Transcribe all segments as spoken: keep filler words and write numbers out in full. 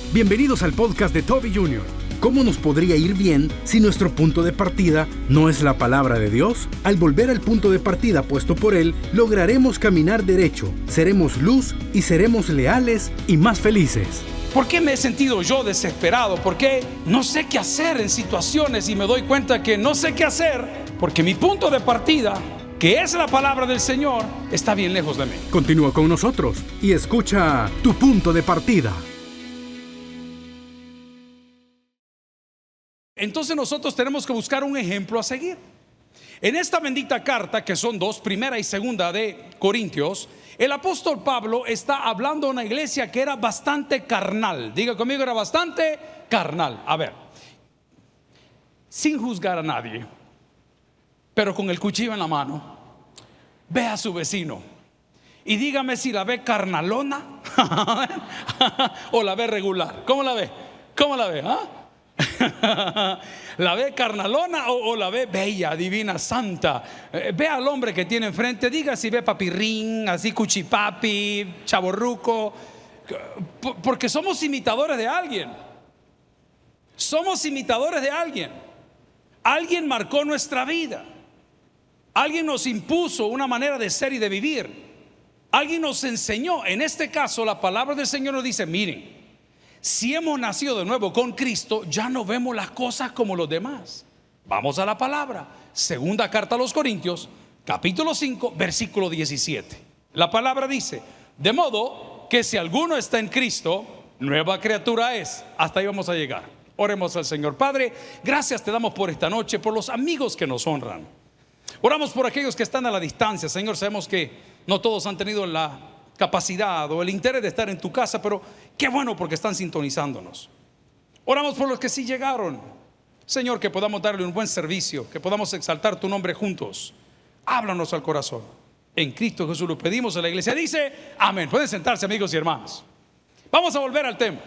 Bienvenidos al podcast de Toby junior ¿Cómo nos podría ir bien si nuestro punto de partida no es la palabra de Dios? Al volver al punto de partida puesto por Él, lograremos caminar derecho, seremos luz y seremos leales y más felices. ¿Por qué me he sentido yo desesperado? ¿Por qué no sé qué hacer en situaciones y me doy cuenta que no sé qué hacer? Porque mi punto de partida, que es la palabra del Señor, está bien lejos de mí. Continúa con nosotros y escucha Tu Punto de Partida. Entonces nosotros tenemos que buscar un ejemplo a seguir. En esta bendita carta, que son dos, primera y segunda de Corintios, el apóstol Pablo está hablando a una iglesia que era bastante carnal. Diga conmigo, era bastante carnal. A ver, sin juzgar a nadie, pero con el cuchillo en la mano, ve a su vecino y dígame si la ve carnalona o la ve regular. ¿Cómo la ve? ¿Cómo la ve? ¿Ah? ¿La ve carnalona o, o la ve bella, divina, santa? Eh, ve al hombre que tiene enfrente, diga si ve papirrín, así cuchipapi, chaborruco, porque somos imitadores de alguien. Somos imitadores de alguien. Alguien marcó nuestra vida. Alguien nos impuso una manera de ser y de vivir. Alguien nos enseñó. En este caso, la palabra del Señor nos dice: miren, si hemos nacido de nuevo con Cristo, ya no vemos las cosas como los demás. Vamos a la palabra. Segunda carta a los Corintios, capítulo cinco, versículo diecisiete. La palabra dice: de modo que si alguno está en Cristo, nueva criatura es. Hasta ahí vamos a llegar. Oremos al Señor. Padre, gracias te damos por esta noche, por los amigos que nos honran. Oramos por aquellos que están a la distancia. Señor, sabemos que no todos han tenido la capacidad o el interés de estar en tu casa, pero qué bueno porque están sintonizándonos. Oramos por los que sí llegaron, Señor, que podamos darle un buen servicio, que podamos exaltar tu nombre juntos. Háblanos al corazón. En Cristo Jesús lo pedimos. En la iglesia dice amén. Pueden sentarse, amigos y hermanos. Vamos a volver al tema.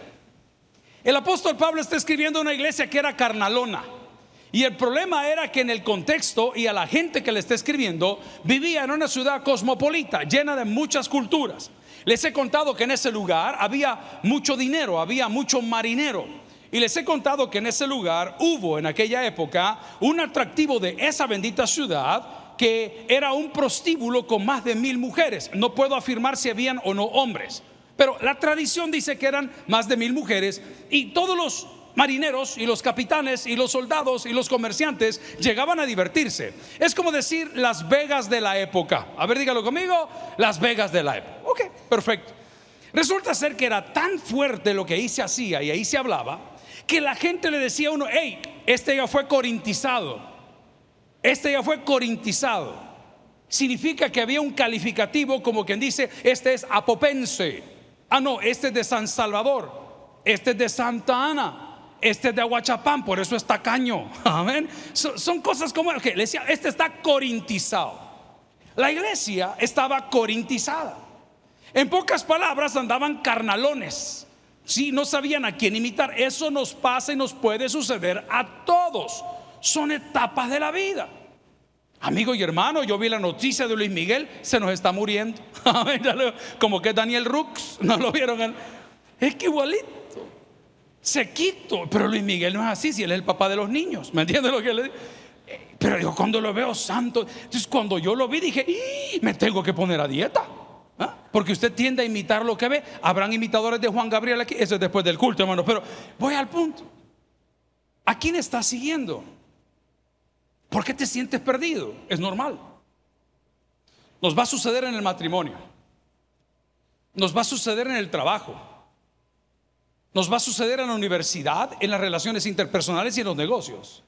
El apóstol Pablo está escribiendo a una iglesia que era carnalona. Y el problema era que en el contexto y a la gente que le está escribiendo vivía en una ciudad cosmopolita, llena de muchas culturas. Les he contado que en ese lugar había mucho dinero, había mucho marinero. Y les he contado que en ese lugar hubo en aquella época un atractivo de esa bendita ciudad, que era un prostíbulo con más de mil mujeres. No puedo afirmar si habían o no hombres, pero la tradición dice que eran más de mil mujeres. Y todos los marineros y los capitanes y los soldados y los comerciantes llegaban a divertirse. Es como decir Las Vegas de la época. A ver, dígalo conmigo: Las Vegas de la época. Ok, perfecto. Resulta ser que era tan fuerte lo que ahí se hacía y ahí se hablaba, que la gente le decía a uno: hey, este ya fue corintizado. Este ya fue corintizado. Significa que había un calificativo, como quien dice: este es apopense. Ah, no, este es de San Salvador. Este es de Santa Ana. Este es de Aguachapán, por eso es tacaño. Amén. Son, son cosas como que le decía: este está corintizado. La iglesia estaba corintizada. En pocas palabras, andaban carnalones. Sí, no sabían a quién imitar. Eso nos pasa y nos puede suceder a todos. Son etapas de la vida. Amigo y hermano, yo vi la noticia de Luis Miguel, se nos está muriendo. Como que Daniel Rux, ¿no lo vieron? Es que igualito, sequito. Pero Luis Miguel no es así, si él es el papá de los niños. ¿Me entiende lo que le digo? Pero yo cuando lo veo santo, entonces cuando yo lo vi dije: me tengo que poner a dieta. ¿Ah? Porque usted tiende a imitar lo que ve. Habrán imitadores de Juan Gabriel aquí. Eso es después del culto, hermano. Pero voy al punto. ¿A quién estás siguiendo? ¿Por qué te sientes perdido? Es normal. Nos va a suceder en el matrimonio. Nos va a suceder en el trabajo. Nos va a suceder en la universidad, en las relaciones interpersonales y en los negocios.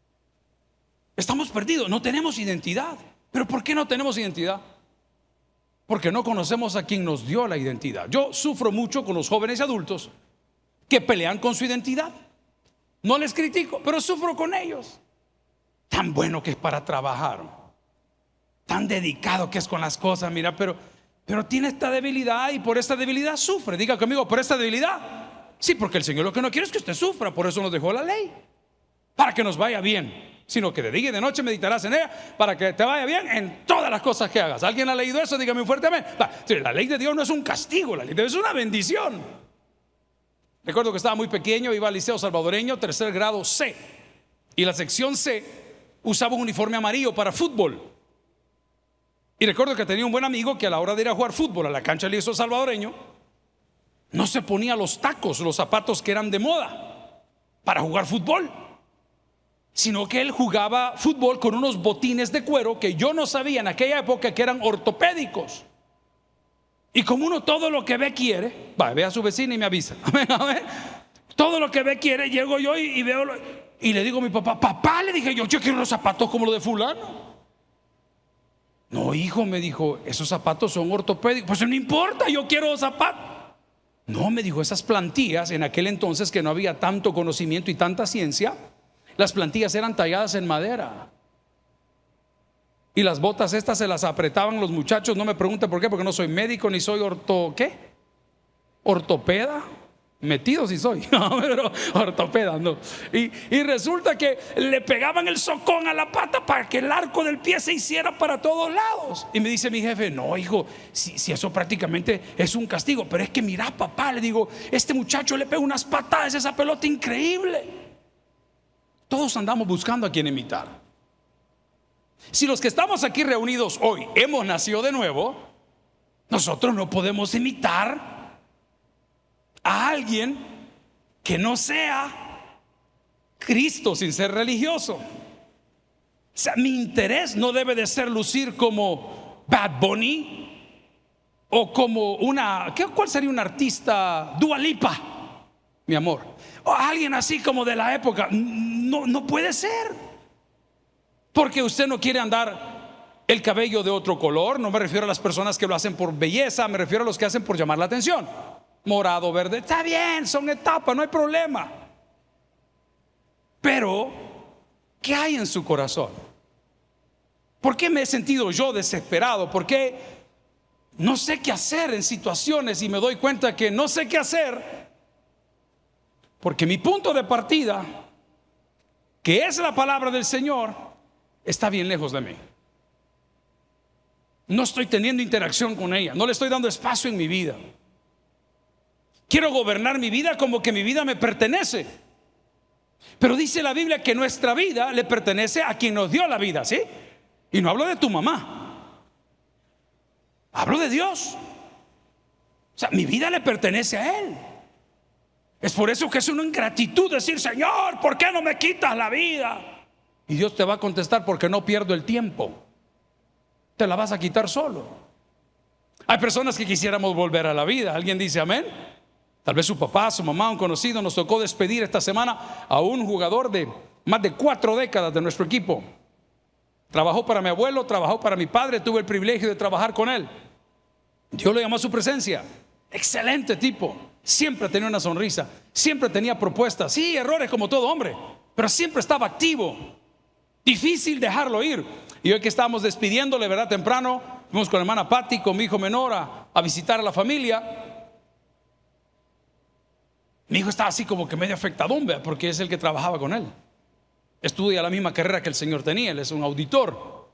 Estamos perdidos, no tenemos identidad. ¿Pero por qué no tenemos identidad? Porque no conocemos a quien nos dio la identidad. Yo sufro mucho con los jóvenes y adultos que pelean con su identidad. No les critico, pero sufro con ellos. Tan bueno que es para trabajar, tan dedicado que es con las cosas, mira, pero, pero tiene esta debilidad y por esta debilidad sufre. Diga conmigo: por esta debilidad. Sí, porque el Señor lo que no quiere es que usted sufra. Por eso nos dejó la ley, para que nos vaya bien. Sino que de día y de noche meditarás en ella, para que te vaya bien en todas las cosas que hagas. ¿Alguien ha leído eso? Dígame un fuerte amén. La ley de Dios no es un castigo, la ley de Dios es una bendición. Recuerdo que estaba muy pequeño, iba al Liceo Salvadoreño, tercer grado C, y la sección C usaba un uniforme amarillo para fútbol. Y recuerdo que tenía un buen amigo que a la hora de ir a jugar fútbol a la cancha del Liceo Salvadoreño, no se ponía los tacos, los zapatos que eran de moda para jugar fútbol, sino que él jugaba fútbol con unos botines de cuero que yo no sabía en aquella época que eran ortopédicos. Y como uno todo lo que ve quiere, va, ve a su vecina y me avisa. A ver, todo lo que ve quiere, llego yo y, y veo lo, y le digo a mi papá, papá, le dije yo, yo quiero unos zapatos como los de fulano. No, hijo, me dijo, esos zapatos son ortopédicos. Pues no importa, yo quiero los zapatos. No, me dijo, esas plantillas en aquel entonces que no había tanto conocimiento y tanta ciencia, las plantillas eran talladas en madera. Y las botas estas se las apretaban los muchachos. No me pregunten por qué, porque no soy médico ni soy orto, ¿qué? Ortopeda. Metido sí soy, no, pero ortopeda no. Y, y resulta que le pegaban el socón a la pata para que el arco del pie se hiciera para todos lados. Y me dice mi jefe, no, hijo, si, si eso prácticamente es un castigo. Pero es que mira, papá, le digo, este muchacho le pega unas patadas a esa pelota increíble. Todos andamos buscando a quien imitar. Si los que estamos aquí reunidos hoy hemos nacido de nuevo, nosotros no podemos imitar a alguien que no sea Cristo sin ser religioso. O sea, mi interés no debe de ser lucir como Bad Bunny o como una, ¿qué, ¿cuál sería un artista? Dua Lipa, mi amor, o alguien así como de la época. No, no puede ser, porque usted no quiere andar el cabello de otro color. No me refiero a las personas que lo hacen por belleza, me refiero a los que hacen por llamar la atención. Morado, verde, está bien, son etapas, no hay problema. Pero, ¿qué hay en su corazón? ¿Por qué me he sentido yo desesperado? ¿Por qué no sé qué hacer en situaciones y me doy cuenta que no sé qué hacer? Porque mi punto de partida, que es la palabra del Señor, está bien lejos de mí. No estoy teniendo interacción con ella, no le estoy dando espacio en mi vida. Quiero gobernar mi vida como que mi vida me pertenece. Pero dice la Biblia que nuestra vida le pertenece a quien nos dio la vida, ¿sí? Y no hablo de tu mamá, hablo de Dios. O sea, mi vida le pertenece a Él. Es por eso que es una ingratitud decir, Señor, ¿por qué no me quitas la vida? Y Dios te va a contestar, porque no pierdo el tiempo. Te la vas a quitar solo. Hay personas que quisiéramos volver a la vida. ¿Alguien dice amén? Tal vez su papá, su mamá, un conocido. Nos tocó despedir esta semana a un jugador de más de cuatro décadas de nuestro equipo. Trabajó para mi abuelo, trabajó para mi padre. Tuve el privilegio de trabajar con él. Dios lo llamó a su presencia. Excelente tipo. Siempre tenía una sonrisa, siempre tenía propuestas. Sí, errores como todo hombre, pero siempre estaba activo. Difícil dejarlo ir. Y hoy que estábamos despidiéndole, ¿verdad? Temprano fuimos con la hermana Patti, con mi hijo menor a, a visitar a la familia. Mi hijo estaba así como que medio afectadón, ¿verdad? Porque es el que trabajaba con él. Estudia la misma carrera que el Señor tenía. Él es un auditor.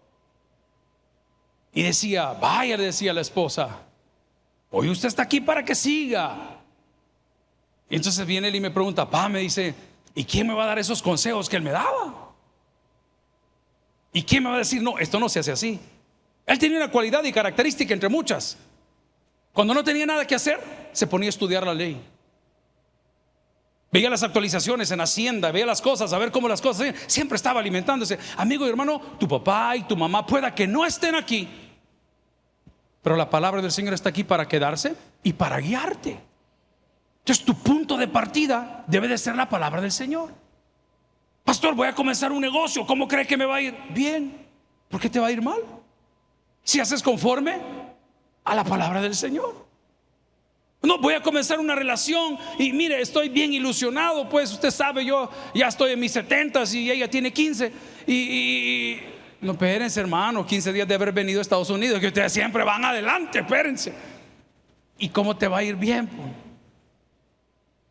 Y decía, vaya, le decía a la esposa, hoy usted está aquí para que siga. Y entonces viene él y me pregunta, pa, me dice, ¿y quién me va a dar esos consejos que él me daba? ¿Y quién me va a decir, no, esto no se hace así? Él tenía una cualidad y característica entre muchas. Cuando no tenía nada que hacer, se ponía a estudiar la ley. Veía las actualizaciones en Hacienda, veía las cosas, a ver cómo las cosas. Siempre estaba alimentándose. Amigo y hermano, tu papá y tu mamá pueda que no estén aquí, pero la palabra del Señor está aquí para quedarse y para guiarte. Entonces tu punto de partida debe de ser la palabra del Señor. Pastor, voy a comenzar un negocio, ¿cómo cree que me va a ir? Bien. ¿Por qué te va a ir mal? Si haces conforme a la palabra del Señor. No, voy a comenzar una relación y mire, estoy bien ilusionado, pues usted sabe, yo ya estoy en mis setentas y ella tiene quince. Y, y no, espérense, hermano, quince días de haber venido a Estados Unidos, que ustedes siempre van adelante, espérense. ¿Y cómo te va a ir bien? Pues?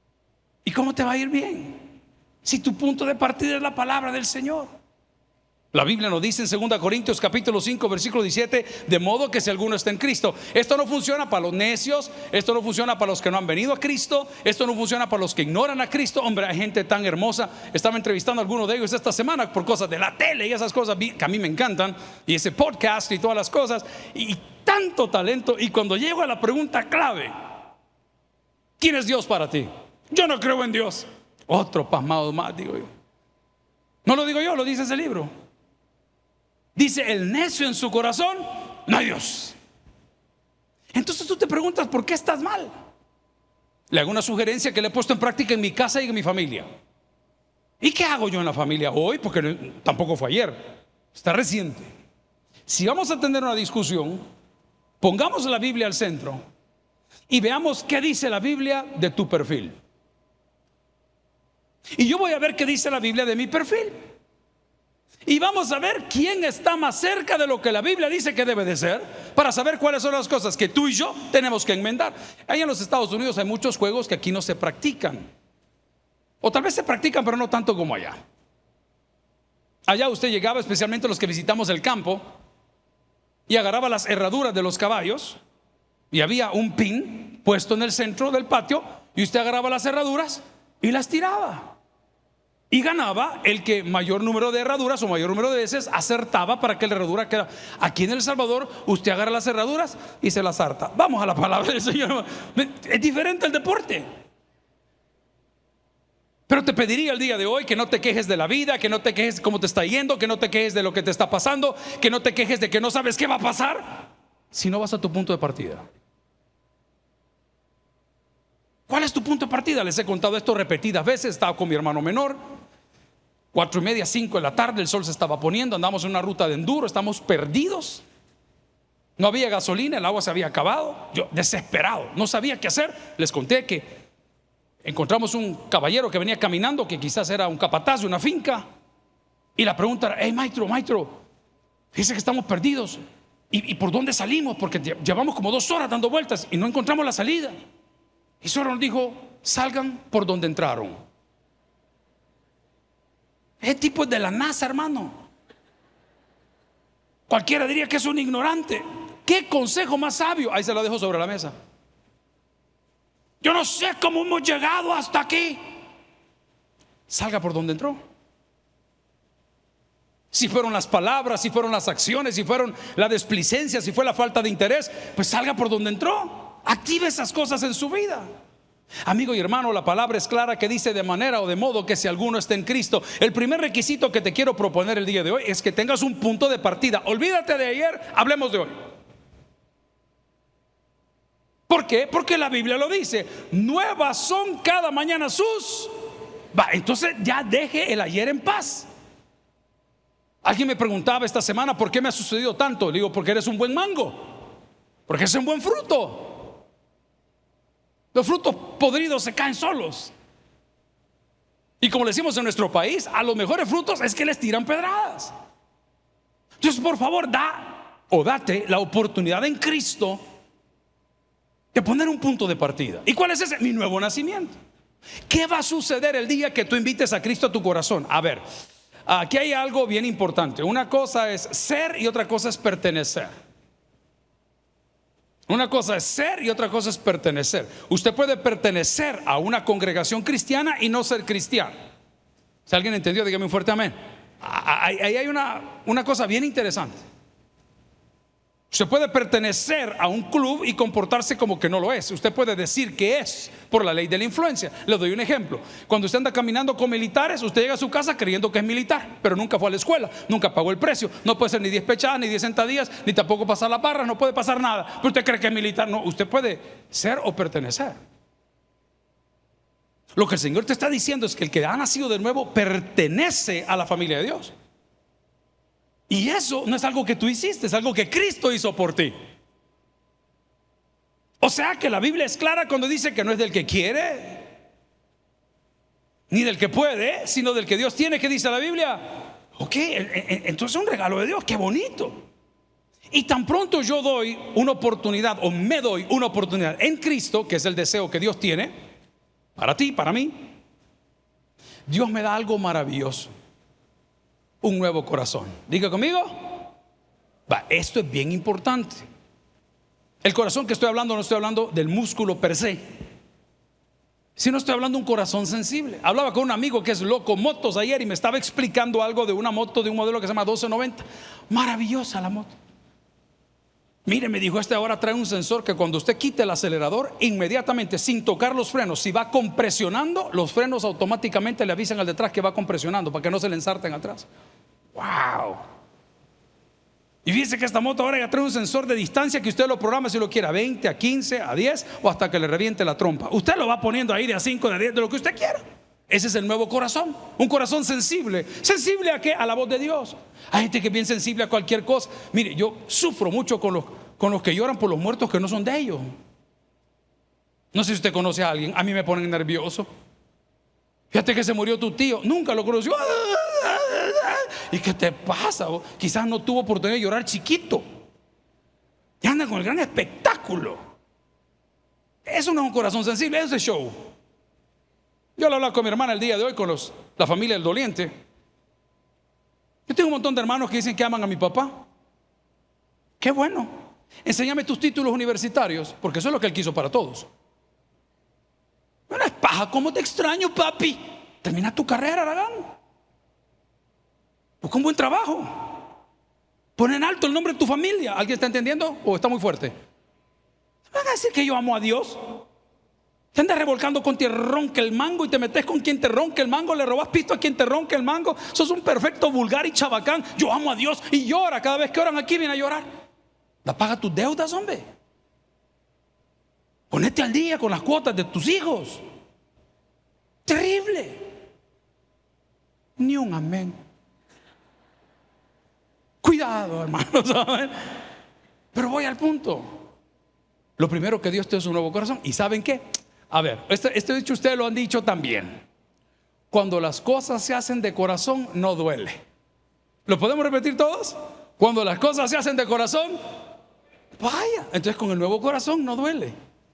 ¿Y cómo te va a ir bien? Si tu punto de partida es la palabra del Señor. La Biblia nos dice en segunda Corintios capítulo cinco versículo diecisiete, de modo que si alguno está en Cristo. Esto no funciona para los necios, esto no funciona para los que no han venido a Cristo, esto no funciona para los que ignoran a Cristo. Hombre, hay gente tan hermosa. Estaba entrevistando a algunos de ellos esta semana por cosas de la tele y esas cosas que a mí me encantan, y ese podcast y todas las cosas, y tanto talento. Y cuando llego a la pregunta clave, ¿quién es Dios para ti? Yo no creo en Dios. Otro pasmado más, digo yo. No lo digo yo, lo dice ese libro. Dice: el necio en su corazón, no hay Dios. Entonces tú te preguntas, ¿por qué estás mal? Le hago una sugerencia que le he puesto en práctica en mi casa y en mi familia. ¿Y qué hago yo en la familia hoy? Porque no, tampoco fue ayer, está reciente. Si vamos a tener una discusión, pongamos la Biblia al centro y veamos qué dice la Biblia de tu perfil. Y yo voy a ver qué dice la Biblia de mi perfil. Y vamos a ver quién está más cerca de lo que la Biblia dice que debe de ser, para saber cuáles son las cosas que tú y yo tenemos que enmendar. Ahí en los Estados Unidos hay muchos juegos que aquí no se practican, o tal vez se practican pero no tanto como allá. Allá usted llegaba, especialmente los que visitamos el campo, y agarraba las herraduras de los caballos, y había un pin puesto en el centro del patio, y usted agarraba las herraduras y las tiraba. Y ganaba el que mayor número de herraduras o mayor número de veces acertaba para que la herradura quedara. Aquí en El Salvador usted agarra las herraduras y se las harta. Vamos a la palabra del Señor. Es diferente el deporte. Pero te pediría el día de hoy que no te quejes de la vida, que no te quejes de cómo te está yendo, que no te quejes de lo que te está pasando, que no te quejes de que no sabes qué va a pasar, si no vas a tu punto de partida. ¿Cuál es tu punto de partida? Les he contado esto repetidas veces. Estaba con mi hermano menor, cuatro y media, cinco de la tarde, el sol se estaba poniendo, andamos en una ruta de enduro, estamos perdidos, no había gasolina, el agua se había acabado. Yo desesperado, no sabía qué hacer. Les conté que encontramos un caballero que venía caminando, que quizás era un capataz de una finca, y la pregunta era: hey maestro, maestro, fíjese que estamos perdidos, ¿Y, ¿y por dónde salimos? Porque llevamos como dos horas dando vueltas y no encontramos la salida. Y solo nos dijo: salgan por donde entraron. Ese tipo es de la NASA, hermano. Cualquiera diría que es un ignorante. ¿Qué consejo más sabio? Ahí se lo dejo sobre la mesa. Yo no sé cómo hemos llegado hasta aquí. Salga por donde entró. Si fueron las palabras, si fueron las acciones, si fueron la desplicencia, si fue la falta de interés, pues salga por donde entró. Active esas cosas en su vida. Amigo y hermano, la palabra es clara que dice: de manera o de modo que si alguno está en Cristo. El primer requisito que te quiero proponer el día de hoy es que tengas un punto de partida. Olvídate de ayer, hablemos de hoy. ¿Por qué? Porque la Biblia lo dice: nuevas son cada mañana sus. Va, entonces ya deje el ayer en paz. Alguien me preguntaba esta semana: ¿por qué me ha sucedido tanto? Le digo: porque eres un buen mango, porque es un buen fruto. Los frutos podridos se caen solos. Y como le decimos en nuestro país, a los mejores frutos es que les tiran pedradas. Entonces, por favor, da o date la oportunidad en Cristo de poner un punto de partida. ¿Y cuál es ese? Mi nuevo nacimiento. ¿Qué va a suceder el día que tú invites a Cristo a tu corazón? A ver, aquí hay algo bien importante. Una cosa es ser y otra cosa es pertenecer. Una cosa es ser y otra cosa es pertenecer. Usted puede pertenecer a una congregación cristiana y no ser cristiano. Si alguien entendió, dígame un fuerte amén. Ahí hay una, una cosa bien interesante. Usted puede pertenecer a un club y comportarse como que no lo es. Usted puede decir que es por la ley de la influencia. Le doy un ejemplo. Cuando usted anda caminando con militares, usted llega a su casa creyendo que es militar, pero nunca fue a la escuela, nunca pagó el precio. No puede ser ni diez pechadas, ni diez sentadillas, ni tampoco pasar las barras, no puede pasar nada. Pero usted cree que es militar. No, usted puede ser o pertenecer. Lo que el Señor te está diciendo es que el que ha nacido de nuevo pertenece a la familia de Dios. Y eso no es algo que tú hiciste, es algo que Cristo hizo por ti. O sea que la Biblia es clara cuando dice que no es del que quiere ni del que puede, sino del que Dios tiene. ¿Qué dice la Biblia? Ok, entonces es un regalo de Dios, qué bonito. Y tan pronto yo doy una oportunidad, o me doy una oportunidad en Cristo, que es el deseo que Dios tiene para ti, para mí, Dios me da algo maravilloso. un nuevo corazón. Diga conmigo. Va, esto es bien importante. El corazón que estoy hablando, no estoy hablando del músculo per se, sino estoy hablando de un corazón sensible. Hablaba con un amigo que es loco motos ayer y me estaba explicando algo de una moto de un modelo que se llama doce noventa. Maravillosa la moto. Mire, me dijo, este ahora trae un sensor que cuando usted quite el acelerador, inmediatamente, sin tocar los frenos, si va compresionando, los frenos automáticamente le avisan al detrás que va compresionando para que no se le ensarten atrás. ¡Wow! Y fíjese que esta moto ahora ya trae un sensor de distancia que usted lo programa si lo quiere a veinte, a quince, a diez o hasta que le reviente la trompa. Usted lo va poniendo ahí de a cinco, de a diez, de lo que usted quiera. Ese es el nuevo corazón. Un corazón sensible. ¿Sensible a qué? A la voz de Dios. Hay gente que es bien sensible a cualquier cosa. Mire, yo sufro mucho con los, con los que lloran por los muertos que no son de ellos. No sé si usted conoce a alguien. A mí me ponen nervioso. Fíjate que se murió tu tío. Nunca lo conoció. ¿Y qué te pasa? Quizás no tuvo oportunidad de llorar chiquito. Y anda con el gran espectáculo. Eso no es un corazón sensible, eso es show. Yo lo hablaba con mi hermana el día de hoy, con los, la familia del doliente. Yo tengo un montón de hermanos que dicen que aman a mi papá. Qué bueno. Enséñame tus títulos universitarios, porque eso es lo que él quiso para todos. No es paja, ¿cómo te extraño, papi? Termina tu carrera, Aragán. Busca un buen trabajo. Pon en alto el nombre de tu familia. ¿Alguien está entendiendo o está muy fuerte? ¿Me van a decir que yo amo a Dios? Te andas revolcando con quien ronca el mango y te metes con quien te ronca el mango, le robas pisto a quien te ronca el mango. Sos un perfecto vulgar y chabacán. Yo amo a Dios y llora. Cada vez que oran aquí viene a llorar. Da, paga tus deudas, hombre. Ponete al día con las cuotas de tus hijos. Terrible. Ni un amén. Cuidado, hermanos, ¿saben? Pero voy al punto. Lo primero que Dios te da es un nuevo corazón. ¿Y saben qué? A ver, este, este dicho ustedes lo han dicho también. Cuando las cosas se hacen de corazón, no duele. ¿Lo podemos repetir todos? Cuando las cosas se hacen de corazón, vaya. Entonces con el nuevo corazón no duele.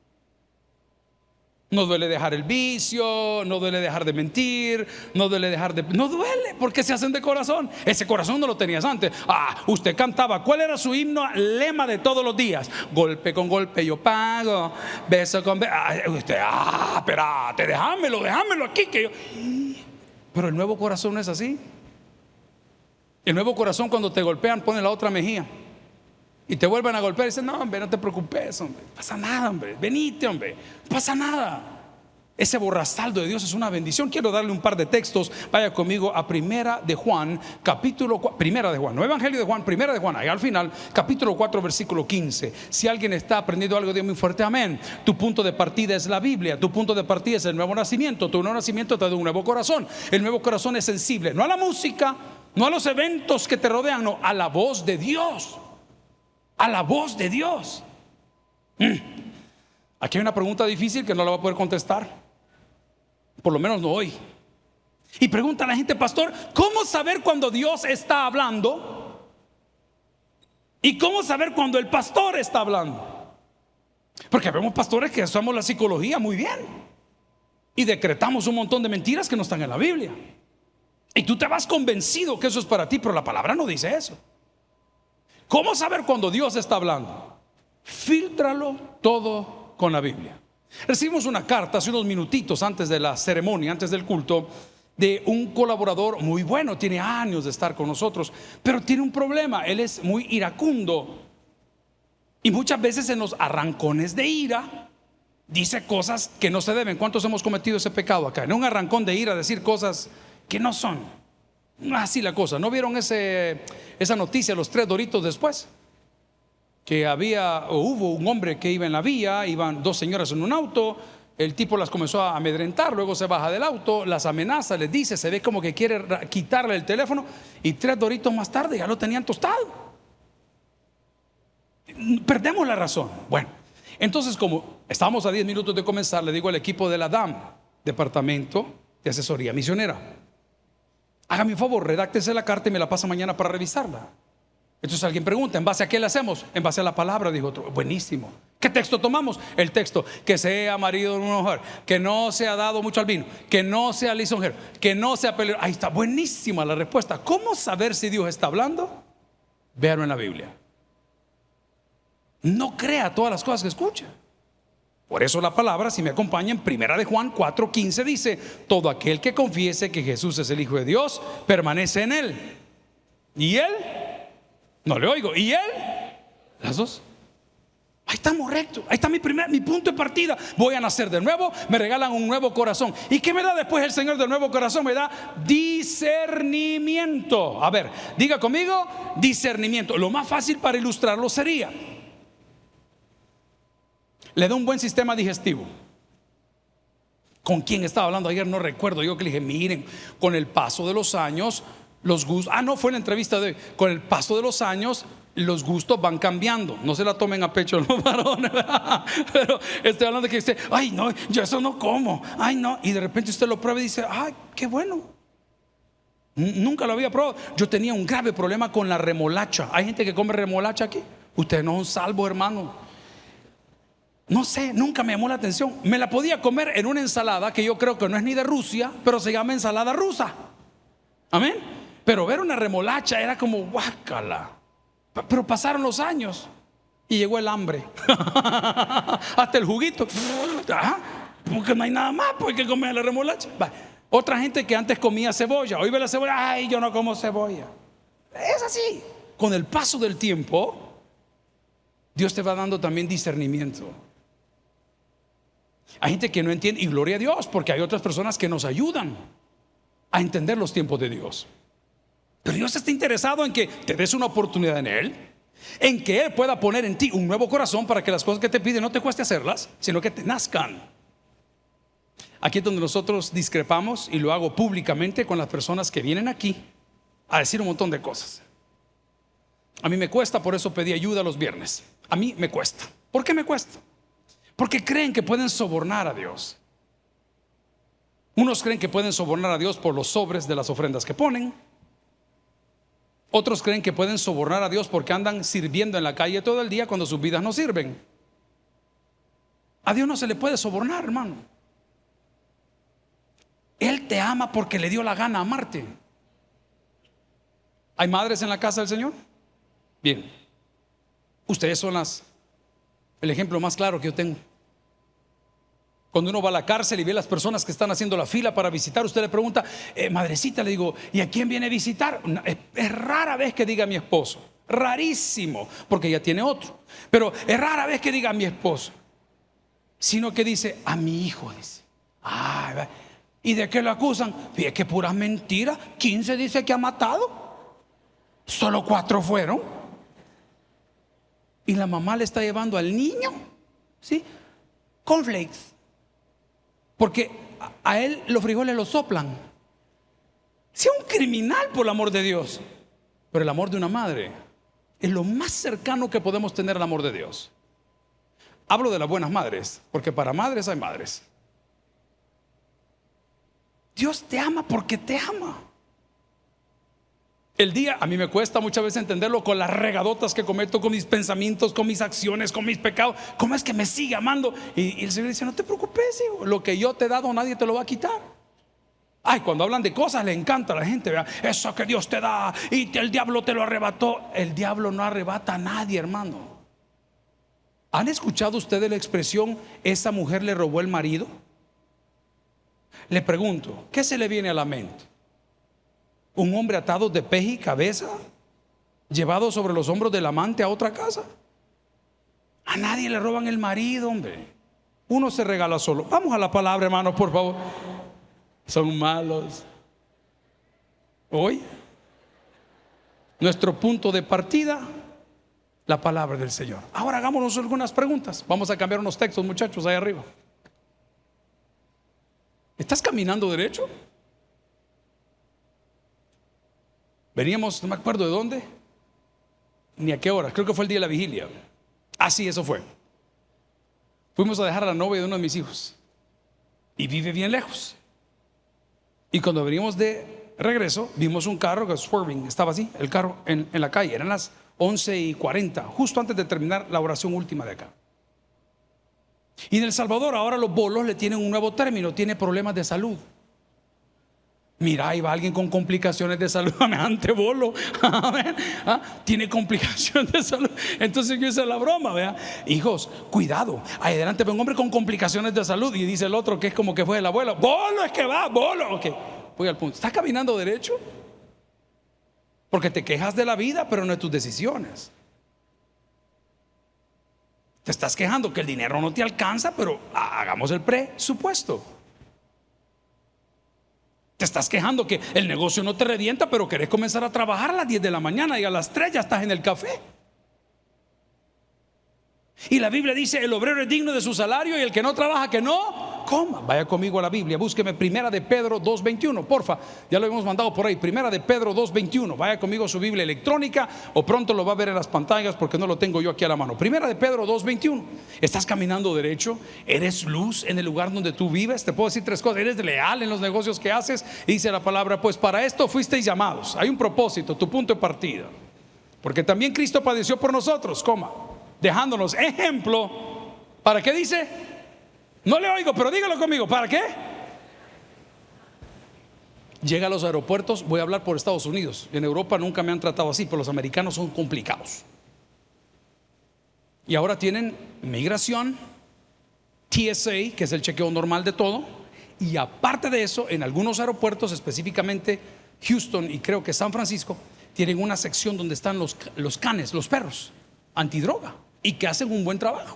No duele dejar el vicio, no duele dejar de mentir, no duele dejar de... No duele porque se hacen de corazón. Ese corazón no lo tenías antes. Ah, usted cantaba. ¿Cuál era su himno, lema de todos los días? Golpe con golpe yo pago, beso con beso. Ah, usted, ah, espérate, déjamelo, déjamelo aquí que yo... Pero el nuevo corazón no es así. El nuevo corazón cuando te golpean pone la otra mejilla. Y te vuelven a golpear y dicen, no, hombre, no te preocupes, hombre, no pasa nada, hombre, venite, hombre, no pasa nada. Ese borrastaldo de Dios es una bendición. Quiero darle un par de textos. Vaya conmigo a Primera de Juan, capítulo cuatro, Primera de Juan, no Evangelio de Juan, Primera de Juan, ahí al final, capítulo cuatro, versículo quince. Si alguien está aprendiendo algo, diga muy fuerte amén. Tu punto de partida es la Biblia, tu punto de partida es el nuevo nacimiento. Tu nuevo nacimiento te da un nuevo corazón. El nuevo corazón es sensible, no a la música, no a los eventos que te rodean, no, a la voz de Dios. A la voz de Dios. mm. Aquí hay una pregunta difícil que no la va a poder contestar, por lo menos no hoy. Y pregunta a la gente, pastor, ¿cómo saber cuando Dios está hablando? ¿Y cómo saber cuando el pastor está hablando? Porque vemos pastores que usamos la psicología muy bien y decretamos un montón de mentiras que no están en la Biblia. Y tú te vas convencido que eso es para ti, pero la palabra no dice eso. ¿Cómo saber cuando Dios está hablando? Fíltralo todo con la Biblia. Recibimos una carta hace unos minutitos antes de la ceremonia, antes del culto, de un colaborador muy bueno. Tiene años de estar con nosotros, pero tiene un problema. Él es muy iracundo y muchas veces en los arrancones de ira dice cosas que no se deben. ¿Cuántos hemos cometido ese pecado acá? En un arrancón de ira decir cosas que no son. No es así la cosa. ¿No vieron ese, esa noticia los tres doritos después? Que había o hubo un hombre que iba en la vía, iban dos señoras en un auto, el tipo las comenzó a amedrentar, luego se baja del auto, las amenaza, les dice, se ve como que quiere quitarle el teléfono y tres doritos más tarde ya lo tenían tostado. Perdemos la razón. Bueno, entonces como estábamos a diez minutos de comenzar, le digo al equipo de la D A M, Departamento de Asesoría Misionera, hágame un favor, redáctese la carta y me la pasa mañana para revisarla. Entonces alguien pregunta, ¿en base a qué le hacemos? En base a la palabra, dijo otro. Buenísimo, ¿Qué texto tomamos? El texto: que sea marido de una mujer, que no sea dado mucho al vino, que no sea lisonjero, que no sea peleador. Ahí está, buenísima la respuesta. ¿Cómo saber si Dios está hablando? Véanlo en la Biblia. No crea todas las cosas que escucha. Por eso la palabra, si me acompaña, en primera de Juan cuatro quince dice: todo aquel que confiese que Jesús es el Hijo de Dios, permanece en él. ¿Y él? No le oigo. ¿Y él? Las dos. Ahí estamos rectos. Ahí está mi primer, mi punto de partida. Voy a nacer de nuevo. Me regalan un nuevo corazón. ¿Y qué me da después el Señor del nuevo corazón? Me da discernimiento. A ver, diga conmigo: discernimiento. Lo más fácil para ilustrarlo sería: le da un buen sistema digestivo. ¿Con quién estaba hablando ayer? No recuerdo. Yo que le dije: miren, con el paso de los años, los gustos. Ah, no, fue en la entrevista de hoy. Con el paso de los años, los gustos van cambiando. No se la tomen a pecho los varones, pero estoy hablando de que usted: ay, no, yo eso no como. Ay, no. Y de repente usted lo prueba y dice: ay, qué bueno. Nunca lo había probado. Yo tenía un grave problema con la remolacha. Hay gente que come remolacha aquí. Ustedes no son salvos, hermano. No sé, nunca me llamó la atención. Me la podía comer en una ensalada que yo creo que no es ni de Rusia, pero se llama ensalada rusa. Amén. Pero ver una remolacha era como guácala. Pero pasaron los años y llegó el hambre. Hasta el juguito. ¿Ah? Porque no hay nada más, pues, que comer la remolacha. Va. Otra gente que antes comía cebolla, hoy ve la cebolla: ay, yo no como cebolla. Es así. Con el paso del tiempo, Dios te va dando también discernimiento. Hay gente que no entiende, y gloria a Dios, porque hay otras personas que nos ayudan a entender los tiempos de Dios. Pero Dios está interesado en que te des una oportunidad en Él, en que Él pueda poner en ti un nuevo corazón para que las cosas que te pide no te cueste hacerlas, sino que te nazcan. Aquí es donde nosotros discrepamos, y lo hago públicamente con las personas que vienen aquí a decir un montón de cosas. A mí me cuesta, por eso pedí ayuda los viernes. A mí me cuesta. ¿Por qué me cuesta? Porque creen que pueden sobornar a Dios. Unos creen que pueden sobornar a Dios por los sobres de las ofrendas que ponen. Otros creen que pueden sobornar a Dios porque andan sirviendo en la calle todo el día cuando sus vidas no sirven. A Dios no se le puede sobornar, hermano. Él te ama porque le dio la gana amarte. ¿Hay madres en la casa del Señor? Bien. Ustedes son las, el ejemplo más claro que yo tengo. Cuando uno va a la cárcel y ve las personas que están haciendo la fila para visitar, usted le pregunta: eh, madrecita, le digo, ¿y a quién viene a visitar? Es, es rara vez que diga mi esposo. Rarísimo, porque ella tiene otro. Pero es rara vez que diga mi esposo, sino que dice: a mi hijo, dice. Ay, ¿y de qué lo acusan? Fíjate que puras mentiras. quince dice que ha matado, solo cuatro fueron. Y la mamá le está llevando al niño, ¿sí?, cornflakes, porque a él los frijoles los soplan. Sea un criminal, por el amor de Dios. Pero el amor de una madre es lo más cercano que podemos tener al amor de Dios. Hablo de las buenas madres, porque para madres hay madres. Dios te ama porque te ama. El día, a mí me cuesta muchas veces entenderlo con las regadotas que cometo, con mis pensamientos, con mis acciones, con mis pecados. ¿Cómo es que me sigue amando? Y, y el Señor dice: no te preocupes, hijo, lo que yo te he dado nadie te lo va a quitar. Ay, cuando hablan de cosas le encanta a la gente, ¿verdad? Eso que Dios te da y el diablo te lo arrebató. El diablo no arrebata a nadie, hermano. ¿Han escuchado ustedes la expresión: esa mujer le robó el marido? Le pregunto, ¿qué se le viene a la mente? ¿Un hombre atado de peje y cabeza, llevado sobre los hombros del amante a otra casa? A nadie le roban el marido, hombre. Uno se regala solo. Vamos a la palabra, hermanos, por favor. Son malos. Hoy, nuestro punto de partida, la palabra del Señor. Ahora hagámonos algunas preguntas. Vamos a cambiar unos textos, muchachos, ahí arriba. ¿Estás caminando derecho? Veníamos, no me acuerdo de dónde ni a qué hora, creo que fue el día de la vigilia. Ah, sí, eso fue. Fuimos a dejar a la novia de uno de mis hijos y vive bien lejos. Y cuando veníamos de regreso, vimos un carro que swerving, estaba así, el carro en, en la calle. Eran las once y cuarenta, justo antes de terminar la oración última de acá. Y en El Salvador ahora los bolos le tienen un nuevo término, tiene problemas de salud. Mira, ahí va alguien con complicaciones de salud, ante bolo, ¿ah? Tiene complicaciones de salud. Entonces yo hice la broma, ¿vea? Hijos, cuidado, ahí adelante ve un hombre con complicaciones de salud y dice el otro que es como que fue el abuelo, bolo es que va, bolo. Ok, voy al punto. ¿Estás caminando derecho? Porque te quejas de la vida, pero no de tus decisiones. Te estás quejando que el dinero no te alcanza, pero hagamos el presupuesto. Te estás quejando que el negocio no te revienta, pero querés comenzar a trabajar a las diez de la mañana y a las tres ya estás en el café. Y la Biblia dice: el obrero es digno de su salario y el que no trabaja que no coma. Vaya conmigo a la Biblia, búsqueme Primera de Pedro dos veintiuno, porfa. Ya lo hemos mandado por ahí, Primera de Pedro dos veintiuno. Vaya conmigo a su Biblia electrónica o pronto lo va a ver en las pantallas porque no lo tengo yo aquí a la mano. Primera de Pedro dos veintiuno. ¿Estás caminando derecho? ¿Eres luz en el lugar donde tú vives? Te puedo decir tres cosas. ¿Eres leal en los negocios que haces? Dice la palabra: pues para esto fuisteis llamados. Hay un propósito, tu punto de partida. Porque también Cristo padeció por nosotros, coma, dejándonos ejemplo. ¿Para qué dice? No le oigo, pero dígalo conmigo. ¿Para qué? Llega a los aeropuertos, voy a hablar por Estados Unidos. En Europa nunca me han tratado así, pero los americanos son complicados. Y ahora tienen migración, T S A, que es el chequeo normal de todo. Y aparte de eso, en algunos aeropuertos, específicamente Houston y creo que San Francisco, tienen una sección donde están los, los canes, los perros antidroga, y que hacen un buen trabajo.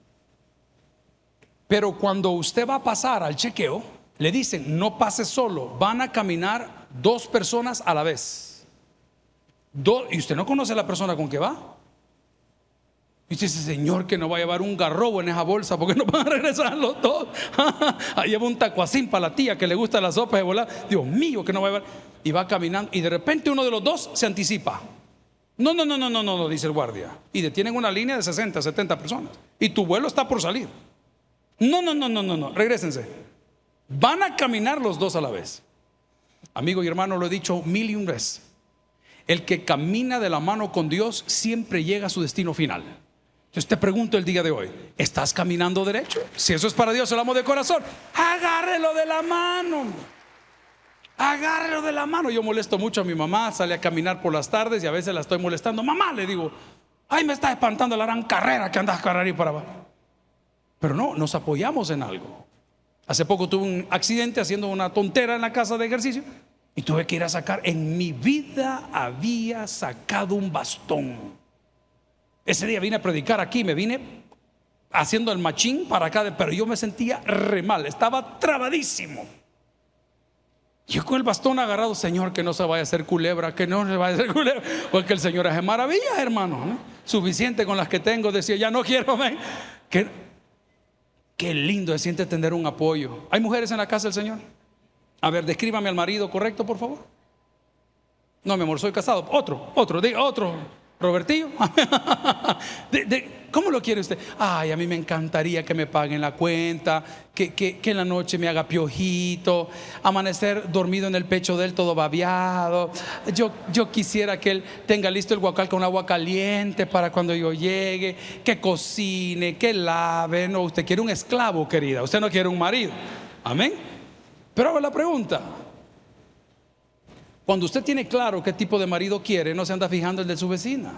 Pero cuando usted va a pasar al chequeo, le dicen: no pase solo, van a caminar dos personas a la vez. Do- y usted no conoce a la persona con que va. Y dice: Señor, que no va a llevar un garrobo en esa bolsa, porque no van a regresar los dos. Ahí lleva un tacuacín para la tía que le gusta la sopa de volar. Dios mío, que no va a llevar. Y va caminando y de repente uno de los dos se anticipa. No, no, no, no, no, no, no, dice el guardia. Y detienen una línea de sesenta, setenta personas. Y tu vuelo está por salir. No, no, no, no, no, no, regrésense. Van a caminar los dos a la vez. Amigo y hermano, lo he dicho mil y un veces. El que camina de la mano con Dios siempre llega a su destino final. Entonces te pregunto el día de hoy: ¿estás caminando derecho? Si eso es para Dios, el amo de corazón, agárrelo de la mano. Agárrelo de la mano. Yo molesto mucho a mi mamá, sale a caminar por las tardes y a veces la estoy molestando. Mamá, le digo: ay, me está espantando la gran carrera que andas a cargar y para abajo. Pero no, nos apoyamos en algo. Hace poco tuve un accidente haciendo una tontera en la casa de ejercicio y tuve que ir a sacar. En mi vida había sacado un bastón. Ese día vine a predicar aquí, me vine haciendo el machín para acá, pero yo me sentía re mal, estaba trabadísimo. Yo con el bastón agarrado: Señor, que no se vaya a hacer culebra, que no se vaya a hacer culebra, porque el Señor hace maravillas, hermano, ¿no? Suficiente con las que tengo, decía, ya no quiero, ¿ven? Que qué lindo se siente tener un apoyo. ¿Hay mujeres en la casa del Señor? A ver, descríbame al marido correcto, por favor. No, mi amor, soy casado. Otro, otro, diga otro. Robertillo. de, de, ¿Cómo lo quiere usted? Ay, a mí me encantaría que me paguen la cuenta, que, que, que en la noche me haga piojito, amanecer dormido en el pecho de él todo babeado. Yo, yo quisiera que él tenga listo el guacal con agua caliente para cuando yo llegue, que cocine, que lave. No, usted quiere un esclavo, querida, usted no quiere un marido. Amén. Pero hago la pregunta: cuando usted tiene claro qué tipo de marido quiere, no se anda fijando el de su vecina.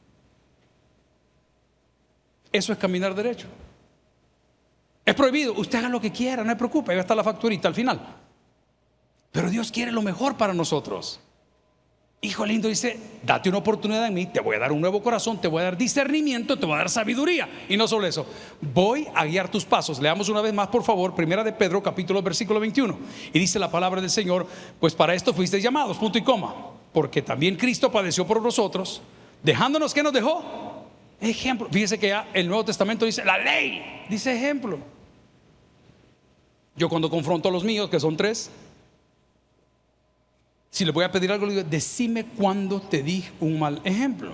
Eso es caminar derecho. Es prohibido, usted haga lo que quiera, no se preocupe, ahí va a estar la facturita al final. Pero Dios quiere lo mejor para nosotros. Hijo lindo, dice: date una oportunidad en mí, te voy a dar un nuevo corazón, te voy a dar discernimiento, te voy a dar sabiduría. Y no solo eso, voy a guiar tus pasos. Leamos una vez más, por favor, Primera de Pedro, capítulo, versículo veintiuno. Y dice la palabra del Señor: pues para esto fuisteis llamados, punto y coma. Porque también Cristo padeció por nosotros, dejándonos, ¿qué nos dejó? Ejemplo. Fíjese que ya el Nuevo Testamento dice la ley, dice ejemplo. Yo cuando confronto a los míos, que son tres, si les voy a pedir algo, le digo: decime cuándo te di un mal ejemplo.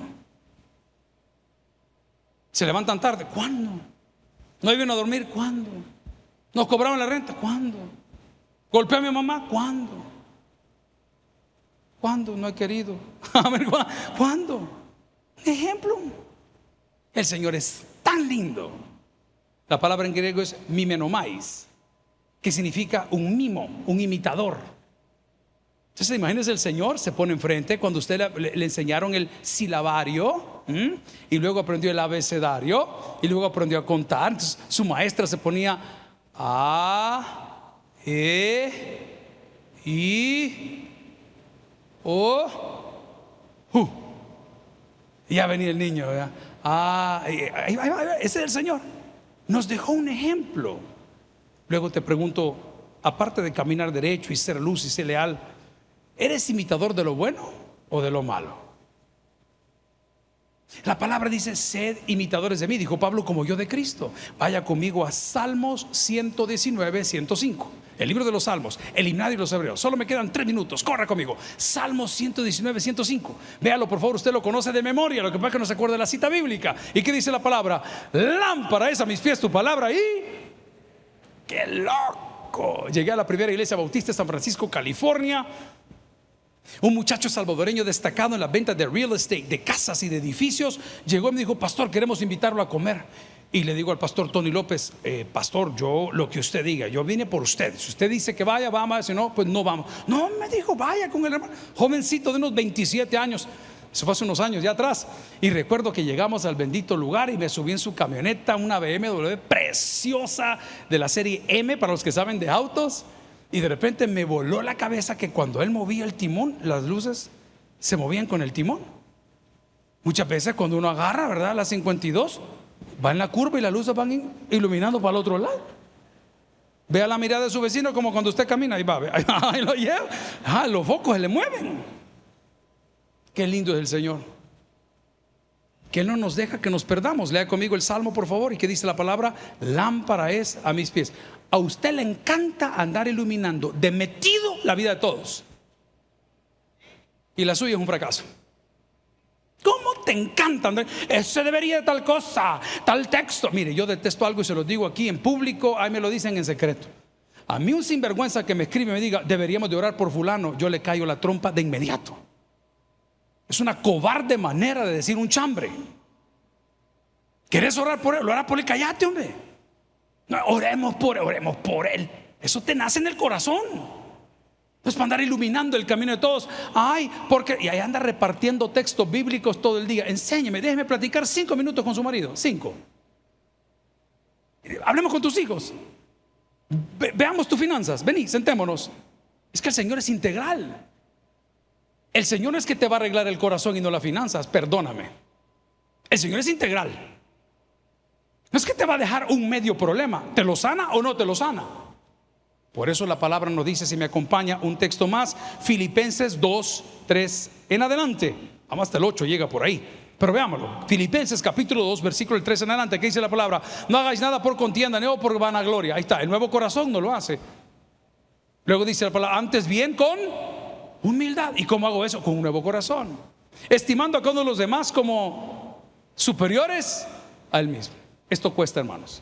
Se levantan tarde, ¿cuándo? No iban a dormir, ¿cuándo? Nos cobraban la renta, ¿cuándo? Golpeé a mi mamá, ¿cuándo? ¿Cuándo? No he querido. A ver, ¿cuándo? Un ejemplo. El Señor es tan lindo La palabra en griego es mimenomais, que significa un mimo, un imitador. Entonces imagínense, el Señor se pone enfrente cuando usted le, le, le enseñaron el silabario, ¿m? Y luego aprendió el abecedario y luego aprendió a contar. Entonces su maestra se ponía A, E, I, O, U. Y ya venía el niño, ¿verdad? Ah, ahí, ahí, ahí, ese es el Señor. Nos dejó un ejemplo. Luego te pregunto, aparte de caminar derecho y ser luz y ser leal, ¿eres imitador de lo bueno o de lo malo? La palabra dice: sed imitadores de mí, dijo Pablo, como yo de Cristo. Vaya conmigo a Salmos ciento diecinueve, ciento cinco, el libro de los Salmos, el himnario de los hebreos. Solo me quedan tres minutos, corra conmigo. Salmos ciento diecinueve, ciento cinco. Véalo por favor, usted lo conoce de memoria. Lo que pasa es que no se acuerda de la cita bíblica. ¿Y qué dice la palabra? Lámpara es a mis pies tu palabra y... ¡qué loco! Llegué a la primera iglesia bautista de San Francisco, California. Un muchacho salvadoreño destacado en la venta de real estate, de casas y de edificios, llegó y me dijo: pastor, queremos invitarlo a comer. Y le digo al pastor Tony López: eh, pastor, yo lo que usted diga, yo vine por usted. Si usted dice que vaya, vamos. Si no, pues no vamos. No, me dijo, vaya con el hermano. Jovencito de unos veintisiete años. Eso fue hace unos años ya atrás. Y recuerdo que llegamos al bendito lugar y me subí en su camioneta, una B M W preciosa de la serie M, para los que saben de autos. Y de repente me voló la cabeza que cuando él movía el timón, las luces se movían con el timón. Muchas veces cuando uno agarra, ¿verdad?, la cincuenta y dos, va en la curva y las luces van iluminando para el otro lado. Vea la mirada de su vecino como cuando usted camina, ahí va, ahí, ahí lo lleva. Ah, los focos se le mueven. Qué lindo es el Señor, que Él no nos deja que nos perdamos. Lea conmigo el Salmo, por favor. ¿Y qué dice la palabra? Lámpara es a mis pies. A usted le encanta andar iluminando de metido la vida de todos, y la suya es un fracaso. ¿Cómo te encanta andar? Ese debería de tal cosa, tal texto. Mire, yo detesto algo y se lo digo aquí en público. Ahí me lo dicen en secreto. A mí un sinvergüenza que me escribe y me diga: deberíamos de orar por fulano, yo le caigo la trompa de inmediato. Es una cobarde manera de decir un chambre. ¿Querés orar por él? Orar por él, cállate, hombre. No, oremos por él, oremos por él. Eso te nace en el corazón. No es para andar iluminando el camino de todos. Ay, porque y ahí anda repartiendo textos bíblicos todo el día. Enséñeme, déjeme platicar cinco minutos con su marido. Cinco. Hablemos con tus hijos. Ve, veamos tus finanzas. Vení, sentémonos. Es que el Señor es integral. El Señor no es que te va a arreglar el corazón y no las finanzas. Perdóname. El Señor es integral. No es que te va a dejar un medio problema. ¿Te lo sana o no te lo sana? Por eso la palabra nos dice, si me acompaña un texto más, Filipenses dos, tres en adelante. Vamos hasta el ocho, llega por ahí. Pero veámoslo. Filipenses capítulo dos, versículo tres en adelante. ¿Qué dice la palabra? No hagáis nada por contienda ni por vanagloria. Ahí está, el nuevo corazón no lo hace. Luego dice la palabra: antes bien con humildad. ¿Y cómo hago eso? Con un nuevo corazón, estimando a cada uno de los demás como superiores a él mismo. Esto cuesta, hermanos.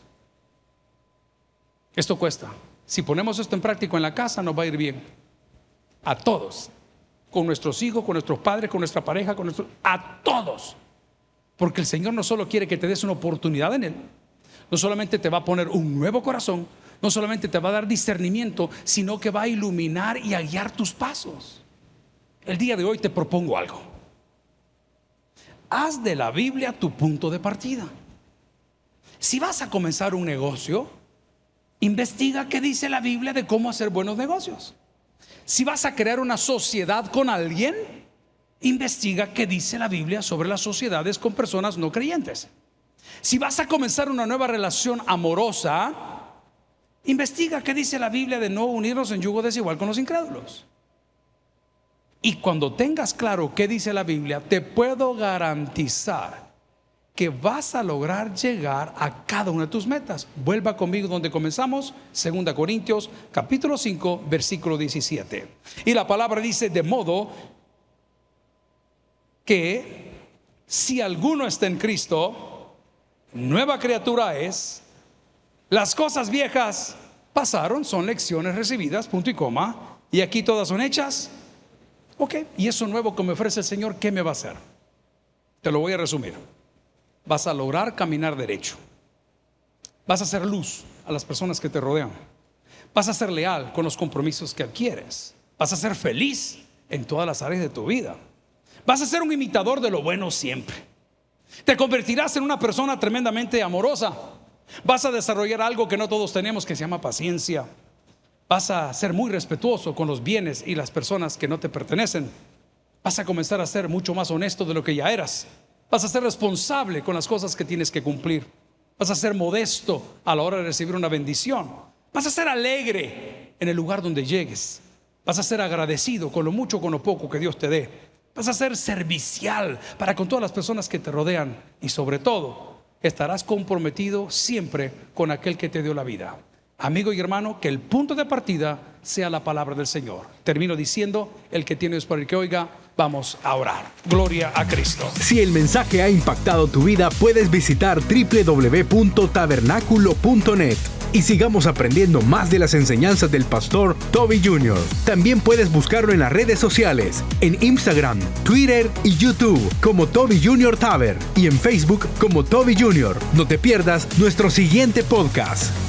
Esto cuesta. Si ponemos esto en práctica en la casa, nos va a ir bien. A todos. Con nuestros hijos, con nuestros padres, con nuestra pareja, con nuestros, a todos. Porque el Señor no solo quiere que te des una oportunidad en Él, no solamente te va a poner un nuevo corazón, no solamente te va a dar discernimiento, sino que va a iluminar y a guiar tus pasos. El día de hoy te propongo algo. Haz de la Biblia tu punto de partida. Si vas a comenzar un negocio, investiga qué dice la Biblia de cómo hacer buenos negocios. Si vas a crear una sociedad con alguien, investiga qué dice la Biblia sobre las sociedades con personas no creyentes. Si vas a comenzar una nueva relación amorosa, investiga qué dice la Biblia de no unirnos en yugo desigual con los incrédulos. Y cuando tengas claro qué dice la Biblia, te puedo garantizar que vas a lograr llegar a cada una de tus metas. Vuelva conmigo donde comenzamos, segunda Corintios capítulo cinco, versículo diecisiete. Y la palabra dice: de modo que si alguno está en Cristo, nueva criatura es. Las cosas viejas pasaron, son lecciones recibidas, punto y coma, y aquí todas son hechas. Ok, y eso nuevo que me ofrece el Señor, ¿qué me va a hacer? Te lo voy a resumir. Vas a lograr caminar derecho. Vas a ser luz a las personas que te rodean. Vas a ser leal con los compromisos que adquieres. Vas a ser feliz en todas las áreas de tu vida. Vas a ser un imitador de lo bueno siempre. Te convertirás en una persona tremendamente amorosa. Vas a desarrollar algo que no todos tenemos, que se llama paciencia. Vas a ser muy respetuoso con los bienes y las personas que no te pertenecen. Vas a comenzar a ser mucho más honesto de lo que ya eras. Vas a ser responsable con las cosas que tienes que cumplir. Vas a ser modesto a la hora de recibir una bendición. Vas a ser alegre en el lugar donde llegues. Vas a ser agradecido con lo mucho o con lo poco que Dios te dé. Vas a ser servicial para con todas las personas que te rodean. Y sobre todo, estarás comprometido siempre con aquel que te dio la vida. Amigo y hermano, que el punto de partida sea la palabra del Señor. Termino diciendo, el que tiene es para el que oiga. Vamos a orar. Gloria a Cristo. Si el mensaje ha impactado tu vida, puedes visitar doble u doble u doble u punto tabernáculo punto net y sigamos aprendiendo más de las enseñanzas del pastor Toby junior También puedes buscarlo en las redes sociales, en Instagram, Twitter y YouTube como Toby junior Taber y en Facebook como Toby junior No te pierdas nuestro siguiente podcast.